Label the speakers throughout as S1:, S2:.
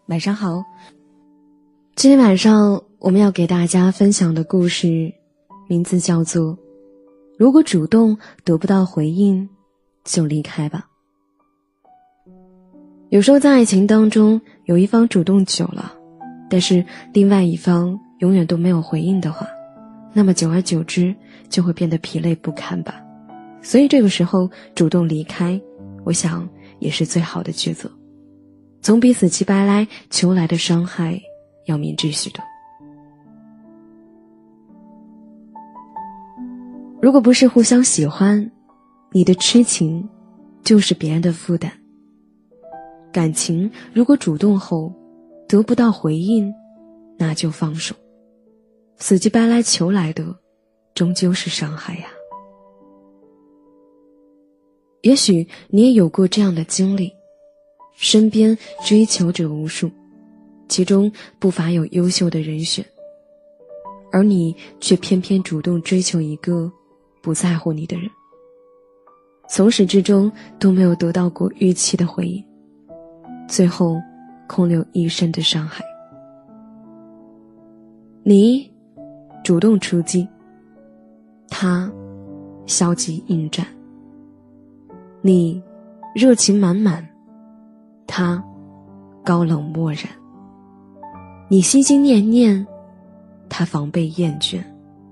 S1: 晚上好。今天晚上我们要给大家分享的故事名字叫做如果主动得不到回应就离开吧。有时候在爱情当中，有一方主动久了，但是另外一方永远都没有回应的话，那么久而久之就会变得疲累不堪吧。所以这个时候主动离开，我想也是最好的抉择。总比死乞白赖求来的伤害要明智许多。如果不是互相喜欢，你的痴情就是别人的负担。感情如果主动后得不到回应，那就放手。死乞白赖求来的终究是伤害呀。也许你也有过这样的经历，身边追求者无数，其中不乏有优秀的人选，而你却偏偏主动追求一个不在乎你的人，从始至终都没有得到过预期的回应，最后空留一身的伤害。你主动出击，他消极应战；你热情满满，他高冷漠然；你心心念念，他防备厌倦。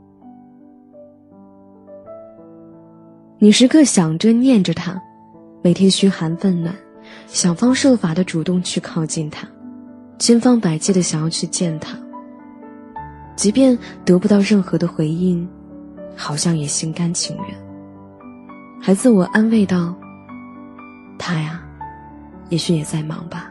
S1: 你时刻想着念着他，每天嘘寒问暖，想方设法地主动去靠近他，千方百计地想要去见他，即便得不到任何的回应，好像也心甘情愿，还自我安慰道，他呀也许也在忙吧。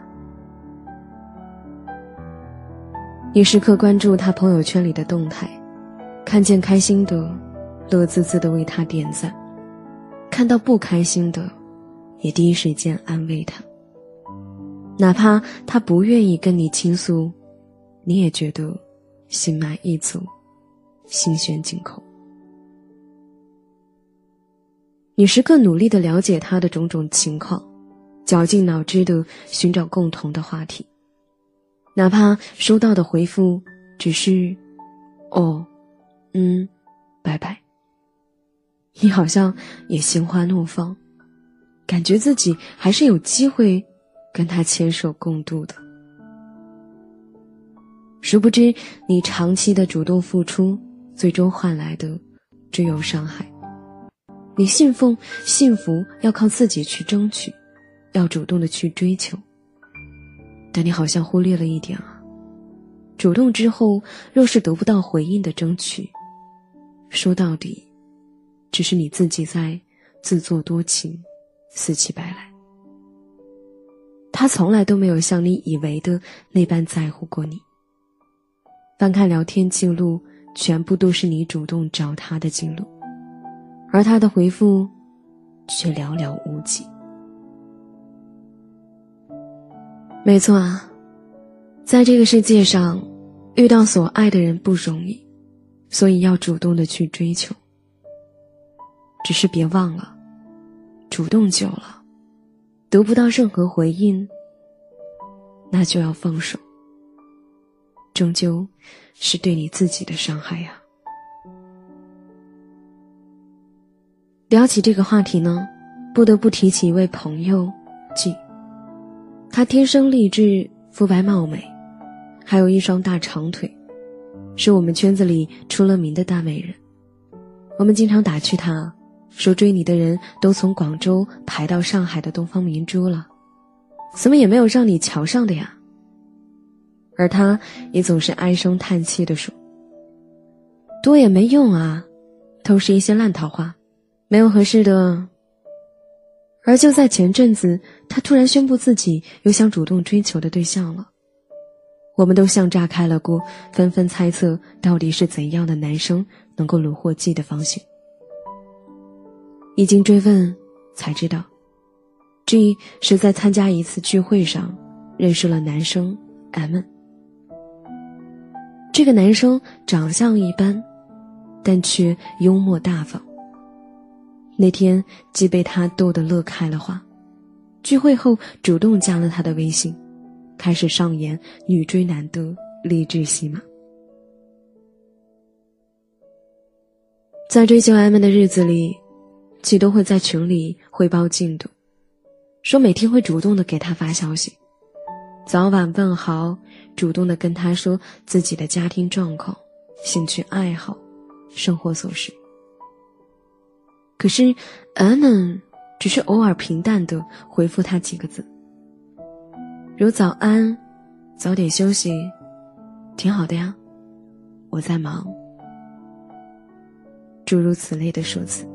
S1: 你时刻关注他朋友圈里的动态，看见开心的乐滋滋地为他点赞，看到不开心的也第一时间安慰他，哪怕他不愿意跟你倾诉，你也觉得心满意足，心弦紧扣。你时刻努力地了解他的种种情况，绞尽脑汁地寻找共同的话题，哪怕收到的回复只是哦，拜拜，你好像也心花怒放，感觉自己还是有机会跟他牵手共度的。殊不知你长期的主动付出，最终换来的只有伤害。你信奉幸福要靠自己去争取，要主动的去追求，但你好像忽略了一点啊，主动之后若是得不到回应的争取，说到底只是你自己在自作多情，死乞白赖。他从来都没有像你以为的那般在乎过你。翻看聊天记录，全部都是你主动找他的记录，而他的回复却寥寥无几。没错啊，在这个世界上遇到所爱的人不容易，所以要主动的去追求。只是别忘了，主动久了得不到任何回应，那就要放手，终究是对你自己的伤害呀。聊起这个话题呢，不得不提起一位朋友G，她天生丽质，肤白貌美，还有一双大长腿，是我们圈子里出了名的大美人。我们经常打趣她，说追你的人都从广州排到上海的东方明珠了，怎么也没有让你瞧上的呀。而她也总是唉声叹气地说，多也没用啊，都是一些烂桃花，没有合适的。而就在前阵子，她突然宣布自己有想主动追求的对象了。我们都像炸开了锅，纷纷猜测到底是怎样的男生能够虏获G的芳心。一经追问才知道， G 是在参加一次聚会上认识了男生 M。 这个男生长相一般，但却幽默大方。那天G被他逗得乐开了花，聚会后主动加了他的微信， 开始上演女追男的励志戏码。在追求 M 的日子里，G 都会在群里汇报进度，说每天会主动的给他发消息，早晚问好，主动的跟他说自己的家庭状况、兴趣爱好、生活琐事。可是 M 只是偶尔平淡的回复他几个字，如早安，早点休息，挺好的呀，我在忙，诸如此类的说辞。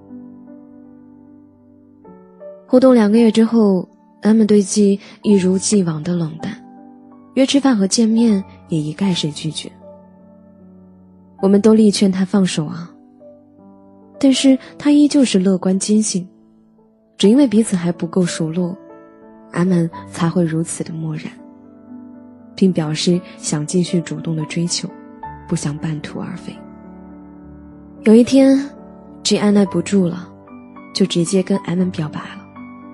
S1: 互动2个月之后， M 对G 一如既往的冷淡，约吃饭和见面也一概是拒绝。我们都力劝他放手啊，但是他依旧是乐观坚信，只因为彼此还不够熟络， M 才会如此的漠然，并表示想继续主动的追求，不想半途而废。有一天 G 按耐不住了，就直接跟 M 表白了，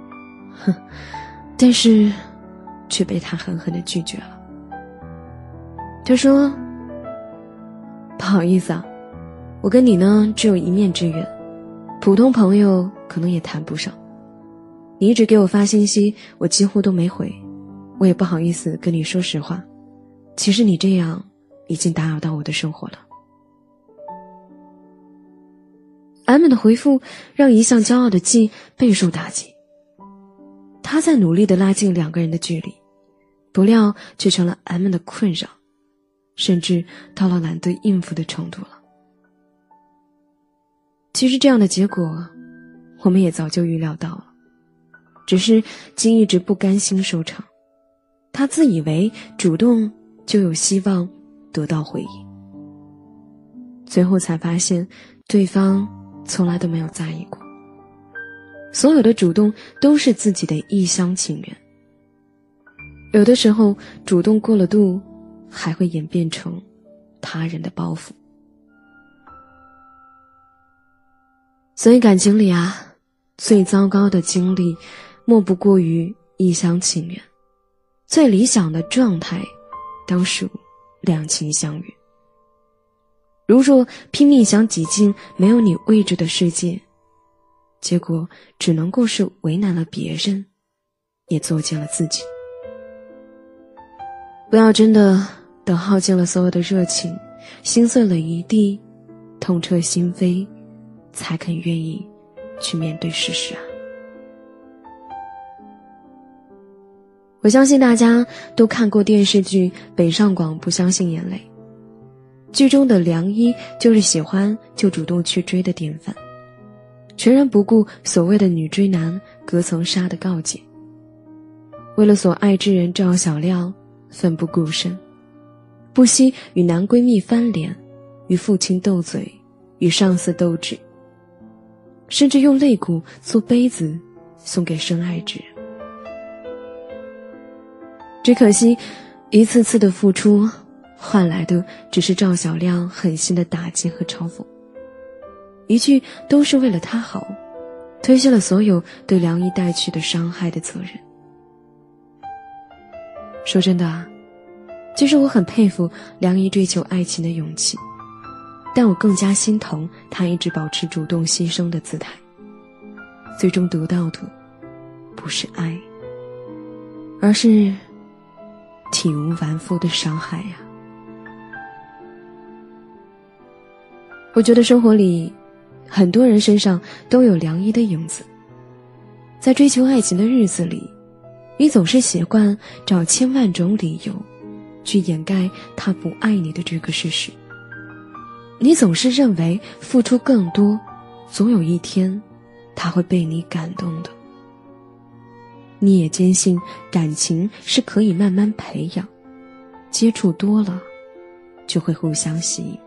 S1: 但是却被他狠狠地拒绝了。他说，不好意思啊，我跟你呢只有一面之缘，普通朋友可能也谈不上，你一直给我发信息，我几乎都没回，我也不好意思跟你说实话，其实你这样已经打扰到我的生活了。M 的回复让一向骄傲的G备受打击，他在努力地拉近2个人的距离，不料却成了 M 的困扰，甚至到了懒得应付的程度了。其实这样的结果我们也早就预料到了，只是G一直不甘心收场，他自以为主动就有希望得到回应，最后才发现对方从来都没有在意过，所有的主动都是自己的一厢情愿，有的时候主动过了度，还会演变成他人的包袱。所以感情里啊，最糟糕的经历莫不过于一厢情愿，最理想的状态当属两情相悦。如若拼命想挤进没有你位置的世界，结果只能够是为难了别人，也作践了自己。不要真的等耗尽了所有的热情，心碎了一地，痛彻心扉，才肯愿意去面对事实啊。我相信大家都看过电视剧《北上广不相信眼泪》，剧中的梁一就是喜欢就主动去追的典范，全然不顾所谓的女追男隔层纱的告诫，为了所爱之人赵小亮奋不顾身，不惜与男闺蜜翻脸，与父亲斗嘴，与上司斗智，甚至用肋骨做杯子送给深爱之人。只可惜一次次的付出换来的只是赵小亮狠心的打击和嘲讽，一句都是为了他好，推卸了所有对梁一带去的伤害的责任。说真的啊，其实我很佩服梁一追求爱情的勇气，但我更加心疼他一直保持主动牺牲的姿态，最终得到的不是爱，而是体无完肤的伤害呀。我觉得生活里很多人身上都有梁一的影子，在追求爱情的日子里，你总是习惯找千万种理由去掩盖他不爱你的这个事实，你总是认为付出更多，总有一天他会被你感动的。你也坚信感情是可以慢慢培养，接触多了就会互相吸引。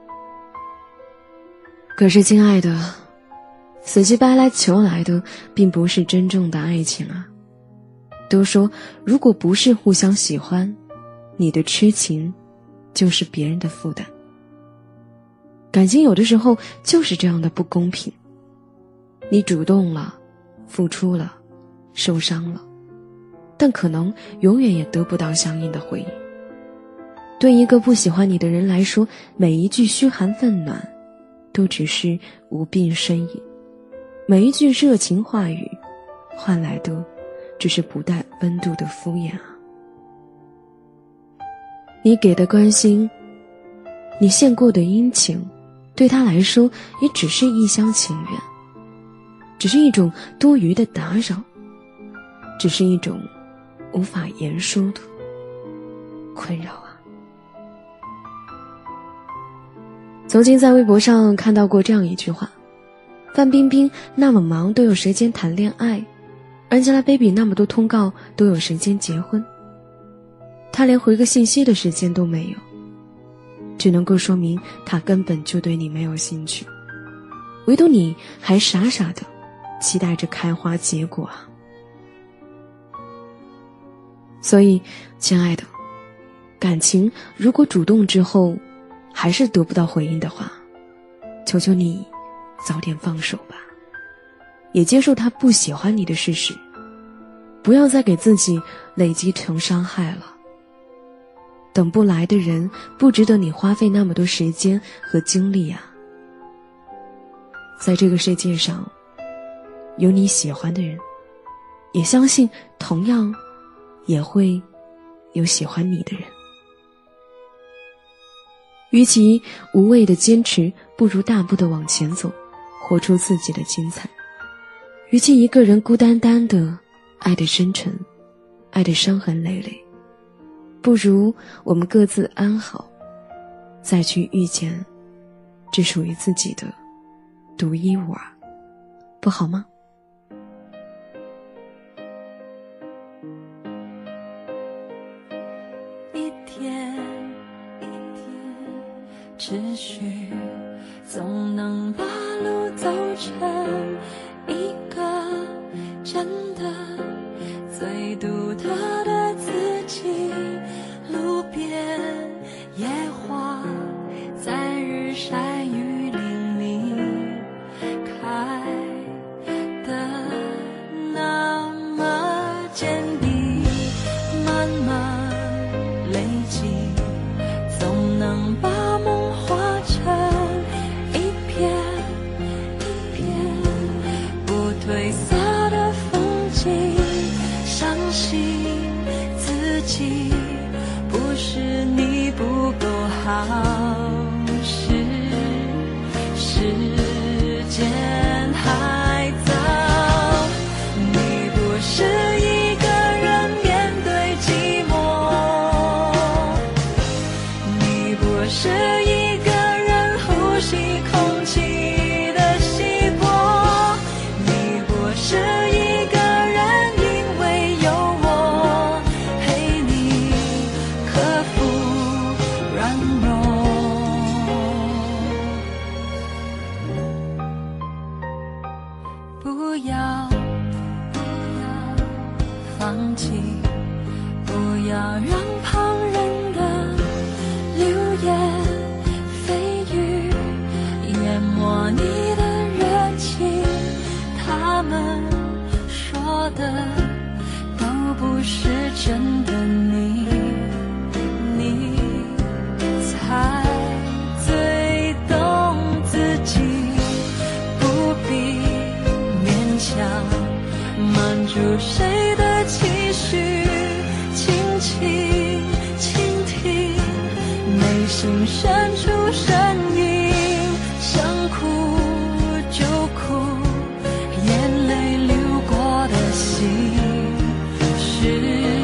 S1: 可是亲爱的，死乞白赖求来的并不是真正的爱情啊。都说如果不是互相喜欢，你的痴情就是别人的负担。感情有的时候就是这样的不公平，你主动了，付出了，受伤了， 但可能永远也得不到相应的回应。对一个不喜欢你的人来说，每一句嘘寒问暖都只是无病呻吟，每一句热情话语换来的只是不带温度的敷衍啊。你给的关心，你献过的殷勤，对他来说也只是一厢情愿，只是一种多余的打扰，只是一种无法言说的困扰啊。曾经在微博上看到过这样一句话，范冰冰那么忙都有时间谈恋爱，Angelababy 那么多通告都有时间结婚，她连回个信息的时间都没有，只能够说明她根本就对你没有兴趣，唯独你还傻傻的期待着开花结果啊。所以亲爱的，感情如果主动之后还是得不到回应的话，求求你早点放手吧，也接受他不喜欢你的事实，不要再给自己累积成伤害了。等不来的人不值得你花费那么多时间和精力啊。在这个世界上有你喜欢的人，也相信同样也会有喜欢你的人。与其无谓的坚持，不如大步的往前走，活出自己的精彩。与其一个人孤单单的爱得深沉，爱得伤痕累累，不如我们各自安好，再去遇见只属于自己的独一无二，不好吗？
S2: 一天只许总能把路走成一个真的最独特的自己。路边野花在日晒雨淋里开的那么坚定，慢慢累积，总能把梦化成一片一片不褪色的风景。相信自己，不是你不够好，是时间还早。你不是一个人面对寂寞，你不是一个人呼吸空气的稀薄，你不是一个人因为有我陪你克服软弱。不要放弃，不要让旁人的流言蜚语淹没你的热情。他们说的都不是真的，你才最懂自己。不必勉强满足谁的期许，轻轻倾听内心深处声音。想哭就哭，眼泪流过的心是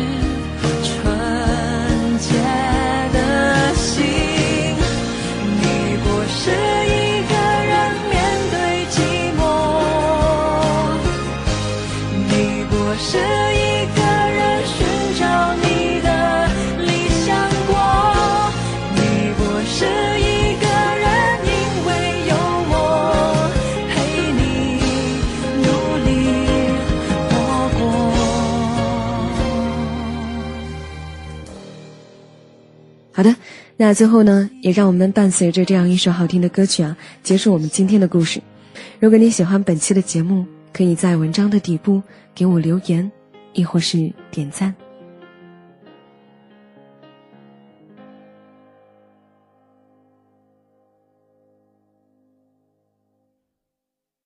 S2: 纯洁的心。你不是一个人面对寂寞，你不是一个人寻找你的理想国，你不是一个人因为有我陪你努力活过。
S1: 好的，那最后呢，也让我们伴随着这样一首好听的歌曲啊，结束我们今天的故事。如果你喜欢本期的节目，可以在文章的底部给我留言， 亦或是点赞。